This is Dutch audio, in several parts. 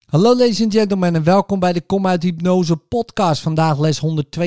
Hallo ladies and gentlemen en welkom bij de Kom uit Hypnose podcast. Vandaag les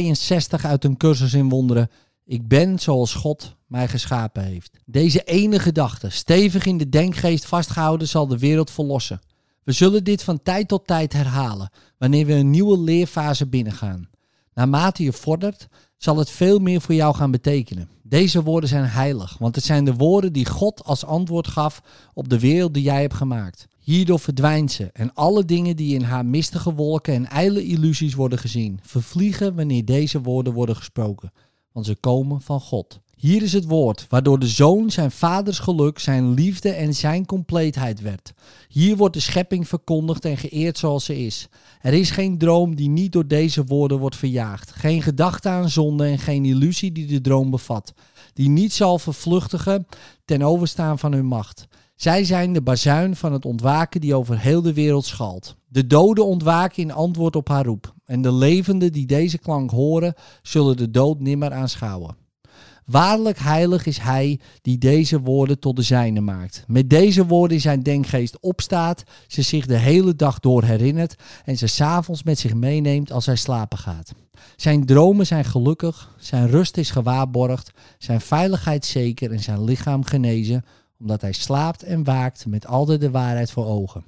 162 uit een cursus in wonderen. Ik ben zoals God mij geschapen heeft. Deze ene gedachte, stevig in de denkgeest vastgehouden, zal de wereld verlossen. We zullen dit van tijd tot tijd herhalen, wanneer we een nieuwe leerfase binnengaan. Naarmate je vordert, zal het veel meer voor jou gaan betekenen. Deze woorden zijn heilig, want het zijn de woorden die God als antwoord gaf op de wereld die jij hebt gemaakt. Hierdoor verdwijnt ze en alle dingen die in haar mistige wolken en ijle illusies worden gezien, vervliegen wanneer deze woorden worden gesproken, want ze komen van God. Hier is het woord, waardoor de Zoon zijn vaders geluk, zijn liefde en zijn compleetheid werd. Hier wordt de schepping verkondigd en geëerd zoals ze is. Er is geen droom die niet door deze woorden wordt verjaagd. Geen gedachte aan zonde en geen illusie die de droom bevat, die niet zal vervluchtigen ten overstaan van hun macht. Zij zijn de bazuin van het ontwaken die over heel de wereld schalt. De doden ontwaken in antwoord op haar roep. En de levenden die deze klank horen, zullen de dood nimmer aanschouwen. Waarlijk heilig is hij die deze woorden tot de zijne maakt. Met deze woorden in zijn denkgeest opstaat, ze zich de hele dag door herinnert en ze 's avonds met zich meeneemt als hij slapen gaat. Zijn dromen zijn gelukkig, zijn rust is gewaarborgd, zijn veiligheid zeker en zijn lichaam genezen, omdat hij slaapt en waakt met altijd de waarheid voor ogen.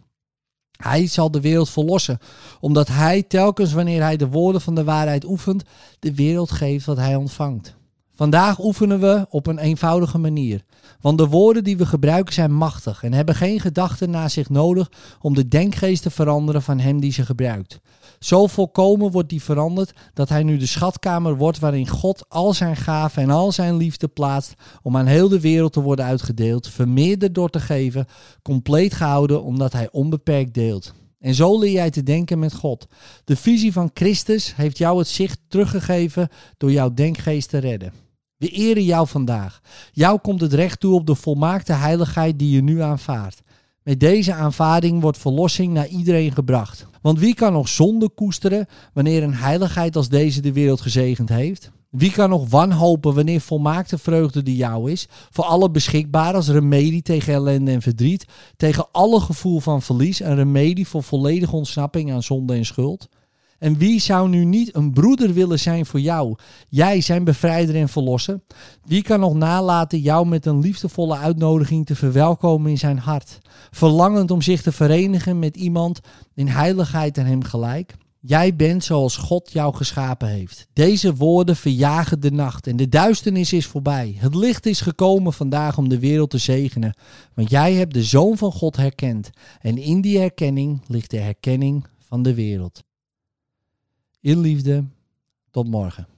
Hij zal de wereld verlossen, omdat hij telkens wanneer hij de woorden van de waarheid oefent, de wereld geeft wat hij ontvangt. Vandaag oefenen we op een eenvoudige manier, want de woorden die we gebruiken zijn machtig en hebben geen gedachten naast zich nodig om de denkgeest te veranderen van hem die ze gebruikt. Zo volkomen wordt die veranderd dat hij nu de schatkamer wordt waarin God al zijn gaven en al zijn liefde plaatst om aan heel de wereld te worden uitgedeeld, vermeerderd door te geven, compleet gehouden omdat hij onbeperkt deelt. En zo leer jij te denken met God. De visie van Christus heeft jou het zicht teruggegeven door jouw denkgeest te redden. We eren jou vandaag. Jou komt het recht toe op de volmaakte heiligheid die je nu aanvaardt. Met deze aanvaarding wordt verlossing naar iedereen gebracht. Want wie kan nog zonde koesteren wanneer een heiligheid als deze de wereld gezegend heeft? Wie kan nog wanhopen wanneer volmaakte vreugde die jou is, voor alle beschikbaar als remedie tegen ellende en verdriet, tegen alle gevoel van verlies, een remedie voor volledige ontsnapping aan zonde en schuld? En wie zou nu niet een broeder willen zijn voor jou? Jij zijn bevrijder en verlosser. Wie kan nog nalaten jou met een liefdevolle uitnodiging te verwelkomen in zijn hart? Verlangend om zich te verenigen met iemand in heiligheid en hem gelijk? Jij bent zoals God jou geschapen heeft. Deze woorden verjagen de nacht en de duisternis is voorbij. Het licht is gekomen vandaag om de wereld te zegenen. Want jij hebt de Zoon van God herkend. En in die herkenning ligt de herkenning van de wereld. In liefde, tot morgen.